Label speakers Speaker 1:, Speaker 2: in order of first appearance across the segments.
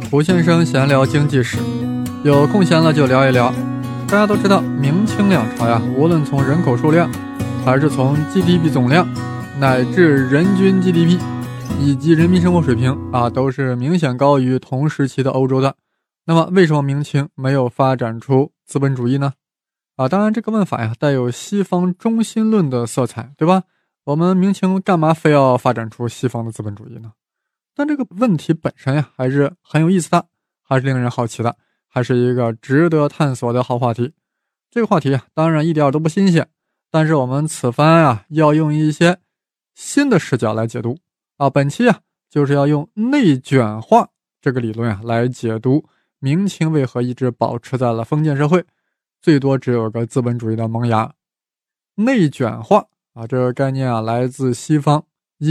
Speaker 1: 胡先生闲聊经济史，有空闲了就聊一聊。大家都知道，明清两朝呀，无论从人口数量，还是从 GDP 总量，乃至人均 GDP 以及人民生活水平都是明显高于同时期的欧洲的。那么为什么明清没有发展出资本主义呢？当然这个问法呀带有西方中心论的色彩，对吧？我们明清干嘛非要发展出西方的资本主义呢？但这个问题本身呀还是很有意思的，还是令人好奇的，还是一个值得探索的好话题。这个话题当然一点都不新鲜，但是我们此番要用一些新的视角来解读本期就是要用内卷化这个理论来解读明清为何一直保持在了封建社会，最多只有个资本主义的萌芽。内卷化这个概念来自西方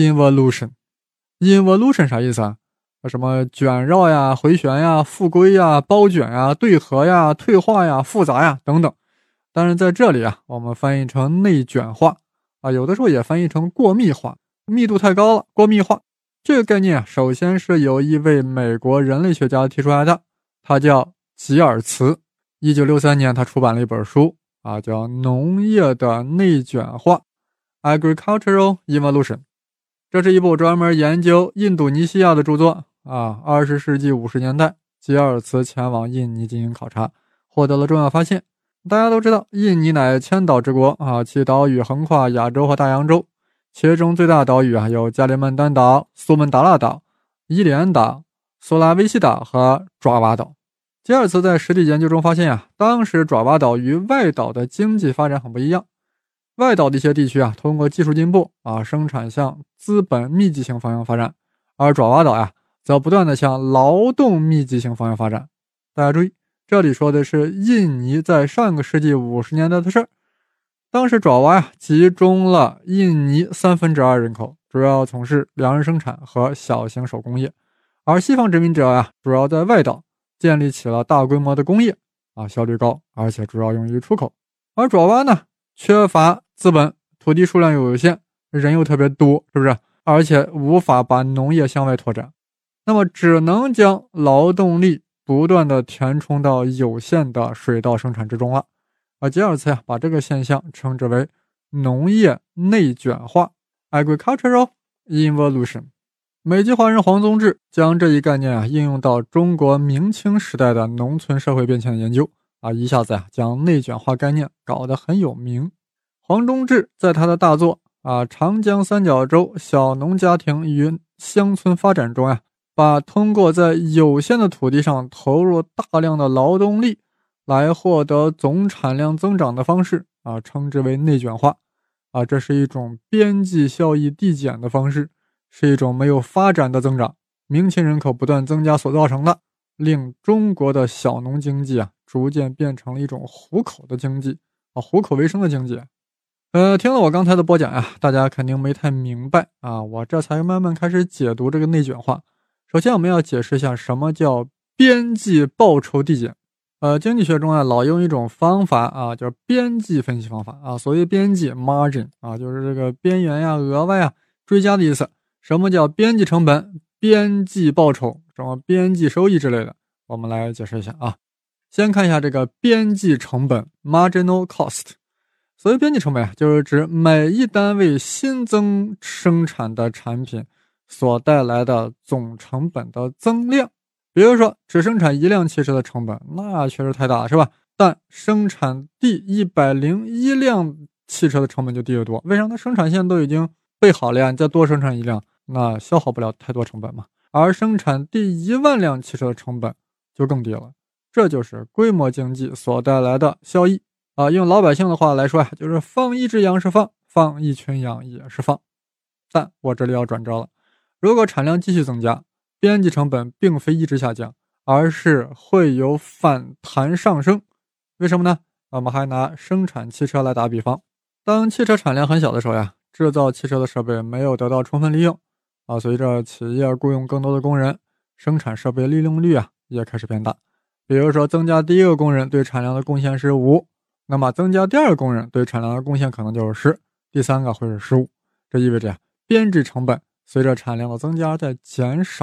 Speaker 1: Involution 啥意思什么卷绕呀、回旋呀、复归呀、包卷呀、对合呀、退化呀、复杂呀等等。但是在这里我们翻译成内卷化有的时候也翻译成过密化，密度太高了，过密化。这个概念首先是由一位美国人类学家提出来的，他叫吉尔茨。1963年他出版了一本书叫农业的内卷化 Agricultural Evolution。这是一部专门研究印度尼西亚的著作20世纪50年代，吉尔茨前往印尼进行考察，获得了重要发现。大家都知道，印尼乃千岛之国其岛屿横跨亚洲和大洋洲，其中最大岛屿有加里曼丹岛、苏门答腊岛、伊里安岛、苏拉威西岛和爪哇岛。吉尔茨在实地研究中发现当时爪哇岛与外岛的经济发展很不一样。外岛的一些地区通过技术进步生产向资本密集型方向发展，而爪哇岛则不断的向劳动密集型方向发展。大家注意，这里说的是印尼在上个世纪50年代的事儿。当时爪哇集中了印尼2/3人口，主要从事粮食生产和小型手工业，而西方殖民者主要在外岛建立起了大规模的工业效率高，而且主要用于出口。而爪哇呢，缺乏资本，土地数量又有限，人又特别多，是不是？而且无法把农业向外拓展，那么只能将劳动力不断的填充到有限的水稻生产之中了。吉尔茨把这个现象称之为农业内卷化 Agricultural Evolution。 美籍华人黄宗智将这一概念应用到中国明清时代的农村社会变迁的研究一下子将内卷化概念搞得很有名。黄宗智在他的大作长江三角洲小农家庭与乡村发展中把通过在有限的土地上投入大量的劳动力来获得总产量增长的方式称之为内卷化这是一种边际效益递减的方式，是一种没有发展的增长，明清人口不断增加所造成的，令中国的小农经济逐渐变成了一种糊口的经济糊口为生的经济。听了我刚才的播讲大家肯定没太明白我这才慢慢开始解读这个内卷化。首先我们要解释一下什么叫边际报酬递减。经济学中老用一种方法叫边际分析方法所谓边际 margin 就是这个边缘额外追加的意思。什么叫边际成本、边际报酬、什么边际收益之类的，我们来解释一下先看一下这个边际成本 marginal cost。 所谓边际成本就是指每一单位新增生产的产品所带来的总成本的增量。比如说只生产1辆汽车的成本那确实太大了，是吧？但生产第101辆汽车的成本就低得多。为啥？那生产线都已经备好了你再多生产1辆那消耗不了太多成本嘛。而生产第10000辆汽车的成本就更低了。这就是规模经济所带来的效益用老百姓的话来说就是放一只羊是放，放一群羊也是放。但我这里要转折了，如果产量继续增加，边际成本并非一直下降，而是会有反弹上升。为什么呢？我们还拿生产汽车来打比方。当汽车产量很小的时候制造汽车的设备没有得到充分利用随着企业雇佣更多的工人，生产设备利用率也开始变大。比如说增加第一个工人对产量的贡献是5，那么增加第二个工人对产量的贡献可能就是10，第三个会是15。这意味着边际成本随着产量的增加在减少。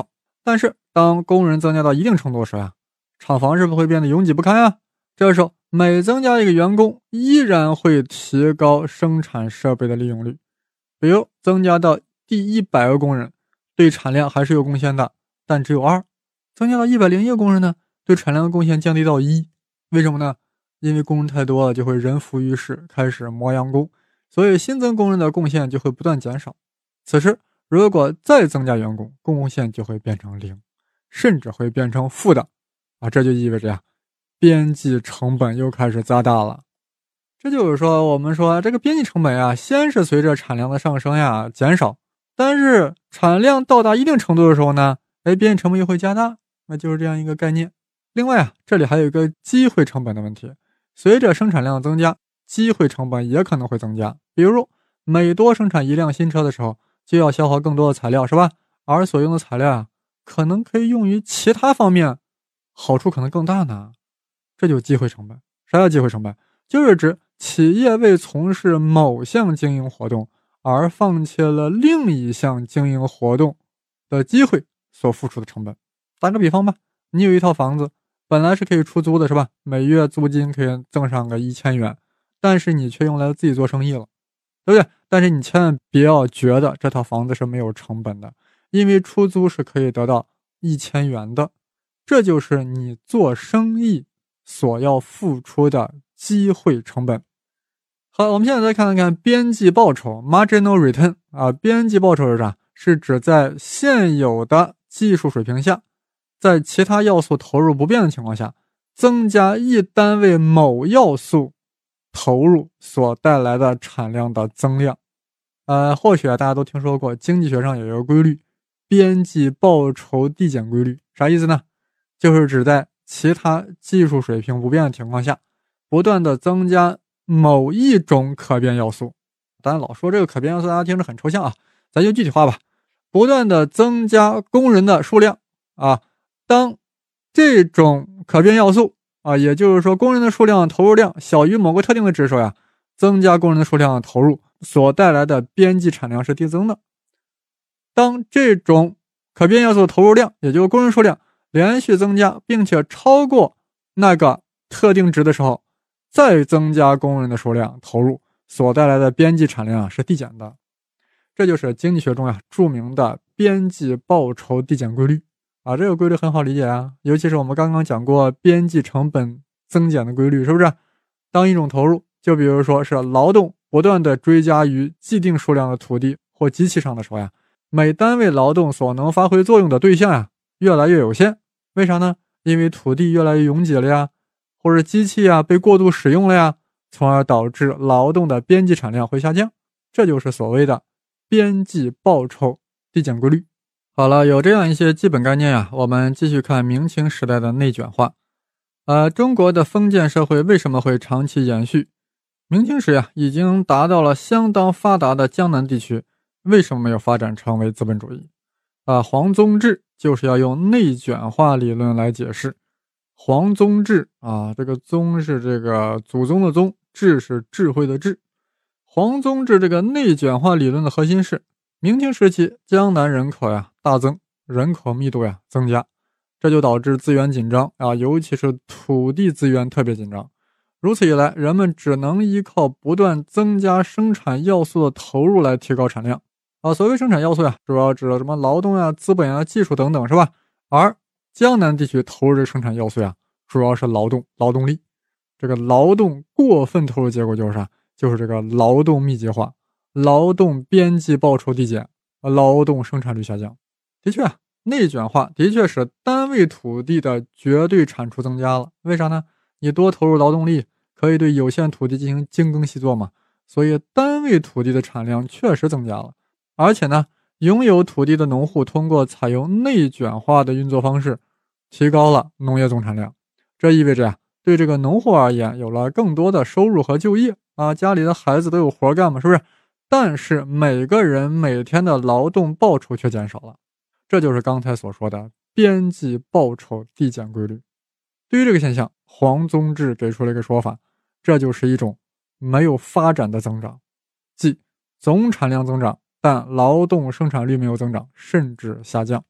Speaker 1: 但是当工人增加到一定程度时厂房是不是会变得拥挤不堪啊？这时候每增加一个员工，依然会提高生产设备的利用率。比如增加到第100个工人，对产量还是有贡献的，但只有2。增加到101个工人呢，对产量的贡献降低到1。为什么呢？因为工人太多了，就会人浮于事，开始磨洋工，所以新增工人的贡献就会不断减少。此时如果再增加员工，贡献就会变成0，甚至会变成负的这就意味着边际成本又开始加大了。这就是说，我们说这个边际成本先是随着产量的上升减少，但是产量到达一定程度的时候呢，边际成本又会加大，那就是这样一个概念。另外这里还有一个机会成本的问题，随着生产量增加，机会成本也可能会增加。比如每多生产一辆新车的时候，就要消耗更多的材料，是吧？而所用的材料可能可以用于其他方面，好处可能更大呢。这就是机会成本。啥叫机会成本？就是指企业为从事某项经营活动而放弃了另一项经营活动的机会所付出的成本。打个比方吧，你有一套房子，本来是可以出租的，是吧？每月租金可以挣上个1000元，但是你却用来自己做生意了，对不对？但是你千万别要觉得这套房子是没有成本的，因为出租是可以得到1000元的，这就是你做生意所要付出的机会成本。好，我们现在再看看边际报酬 marginal return 边际报酬是啥？是指在现有的技术水平下，在其他要素投入不变的情况下，增加一单位某要素投入所带来的产量的增量。或许大家都听说过，经济学上有一个规律，边际报酬递减规律。啥意思呢？就是指在其他技术水平不变的情况下，不断的增加某一种可变要素。当然老说这个可变要素大家听着很抽象咱就具体化吧。不断的增加工人的数量当这种可变要素也就是说工人的数量投入量小于某个特定的值时候增加工人的数量投入所带来的边际产量是递增的。当这种可变要素投入量，也就是工人数量连续增加并且超过那个特定值的时候，再增加工人的数量投入所带来的边际产量是递减的。这就是经济学中著名的边际报酬递减规律这个规律很好理解尤其是我们刚刚讲过边际成本增减的规律，是不是？当一种投入，就比如说是劳动不断的追加于既定数量的土地或机器上的时候每单位劳动所能发挥作用的对象越来越有限。为啥呢？因为土地越来越拥挤了或者机器被过度使用了从而导致劳动的边际产量会下降。这就是所谓的边际报酬递减规律。好了，有这样一些基本概念我们继续看明清时代的内卷化。中国的封建社会为什么会长期延续？明清时已经达到了相当发达的江南地区，为什么没有发展成为资本主义？黄宗治就是要用内卷化理论来解释。黄宗治这个宗是这个祖宗的宗，治是智慧的智。黄宗治这个内卷化理论的核心是，明清时期江南人口大增，人口密度增加，这就导致资源紧张尤其是土地资源特别紧张。如此一来，人们只能依靠不断增加生产要素的投入来提高产量所谓生产要素主要指了什么劳动资本技术等等，是吧？而江南地区投入的生产要素主要是劳动力。这个劳动过分投入结果就是啥？就是这个劳动密集化，劳动边际报酬递减，劳动生产率下降。的确内卷化的确使单位土地的绝对产出增加了。为啥呢？你多投入劳动力，可以对有限土地进行精耕细作嘛，所以单位土地的产量确实增加了。而且呢，拥有土地的农户通过采用内卷化的运作方式，提高了农业总产量。这意味着对这个农户而言，有了更多的收入和就业家里的孩子都有活干嘛，是不是？但是每个人每天的劳动报酬却减少了。这就是刚才所说的边际报酬递减规律。对于这个现象，黄宗治给出了一个说法，这就是一种没有发展的增长，即总产量增长，但劳动生产率没有增长，甚至下降。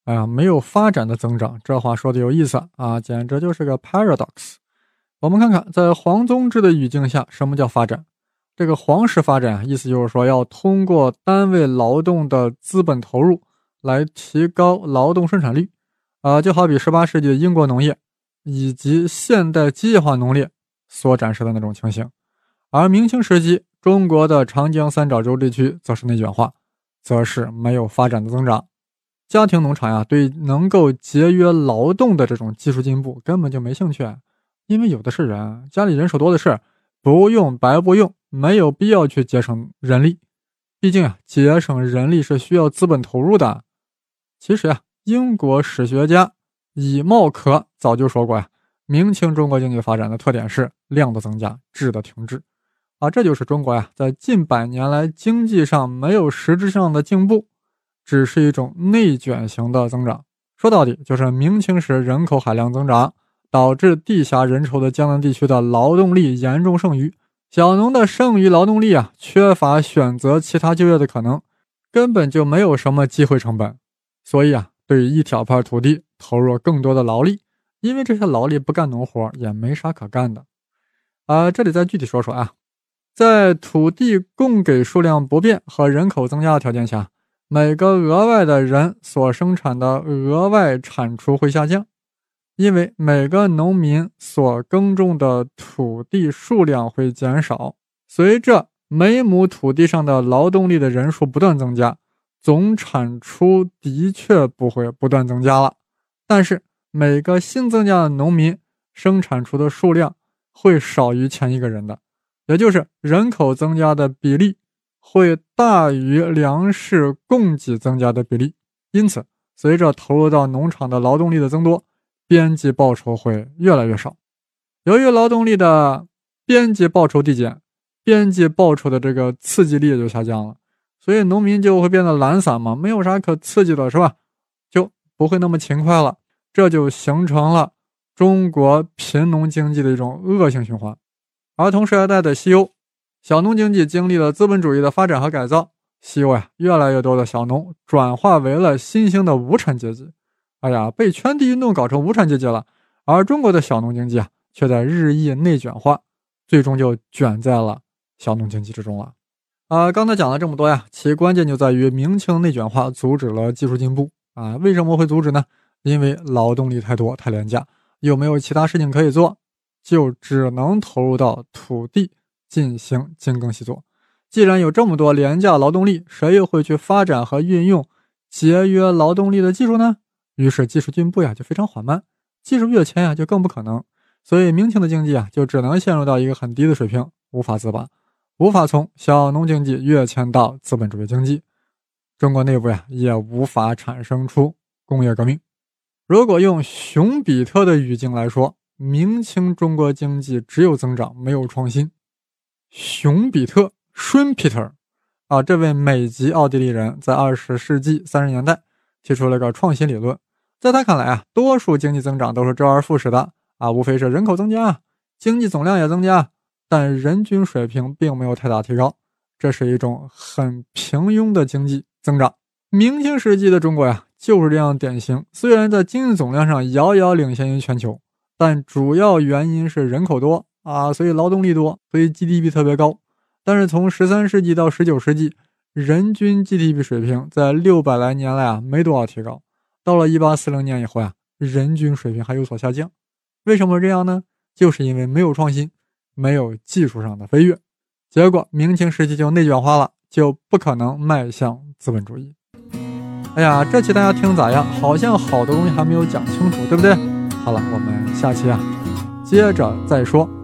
Speaker 1: 哎呀，没有发展的增长，这话说的有意思啊，简直就是个 paradox。我们看看，在皇宗制的语境下，什么叫发展？这个皇室发展意思就是说，要通过单位劳动的资本投入来提高劳动生产率。就好比18世纪的英国农业以及现代机械化农业所展示的那种情形。而明清时期，中国的长江三角洲地区则是内卷化，则是没有发展的增长。家庭农场呀，对能够节约劳动的这种技术进步根本就没兴趣，因为有的是人，家里人手多的是，不用白不用，没有必要去节省人力。毕竟节省人力是需要资本投入的。其实英国史学家以茂可早就说过明清中国经济发展的特点是量的增加，质的停滞。这就是中国在近100年来经济上没有实质上的进步，只是一种内卷型的增长。说到底就是明清时人口海量增长，导致地狭人稠的江南地区的劳动力严重剩余，小农的剩余劳动力缺乏选择其他就业的可能，根本就没有什么机会成本。所以对于一小块土地投入更多的劳力，因为这些劳力不干农活也没啥可干的。这里再具体说说在土地供给数量不变和人口增加的条件下，每个额外的人所生产的额外产出会下降，因为每个农民所耕种的土地数量会减少。随着每亩土地上的劳动力的人数不断增加，总产出的确不会不断增加了，但是每个新增加的农民生产出的数量会少于前一个人的，也就是人口增加的比例会大于粮食供给增加的比例。因此随着投入到农场的劳动力的增多，边际报酬会越来越少。由于劳动力的边际报酬递减，边际报酬的这个刺激力也就下降了，所以农民就会变得懒散嘛，没有啥可刺激的，是吧？就不会那么勤快了，这就形成了中国贫农经济的一种恶性循环。而同时代的西欧，小农经济经历了资本主义的发展和改造，西欧越来越多的小农转化为了新兴的无产阶级。被圈地运动搞成无产阶级了，而中国的小农经济却在日益内卷化，最终就卷在了小农经济之中了。刚才讲了这么多其关键就在于明清内卷化阻止了技术进步为什么会阻止呢？因为劳动力太多太廉价，又没有其他事情可以做，就只能投入到土地进行精耕细作。既然有这么多廉价劳动力，谁又会去发展和运用节约劳动力的技术呢？于是技术进步就非常缓慢，技术跃迁就更不可能。所以明清的经济就只能陷入到一个很低的水平，无法自拔，无法从小农经济跃迁到资本主义经济。中国内部也无法产生出工业革命。如果用熊彼特的语境来说，明清中国经济只有增长没有创新。熊彼特 Schumpeter 这位美籍奥地利人在20世纪30年代提出了个创新理论。在他看来多数经济增长都是周而复始的无非是人口增加，经济总量也增加，但人均水平并没有太大提高，这是一种很平庸的经济增长。明清时期的中国就是这样典型，虽然在经济总量上遥遥领先于全球，但主要原因是人口多所以劳动力多，所以 GDP 特别高。但是从13世纪到19世纪，人均 GDP 水平在600来年来没多少提高，到了1840年以后人均水平还有所下降。为什么这样呢？就是因为没有创新，没有技术上的飞跃，结果明清时期就内卷化了，就不可能迈向资本主义。这期大家听咋样？好像好多东西还没有讲清楚，对不对？好了，我们下期接着再说。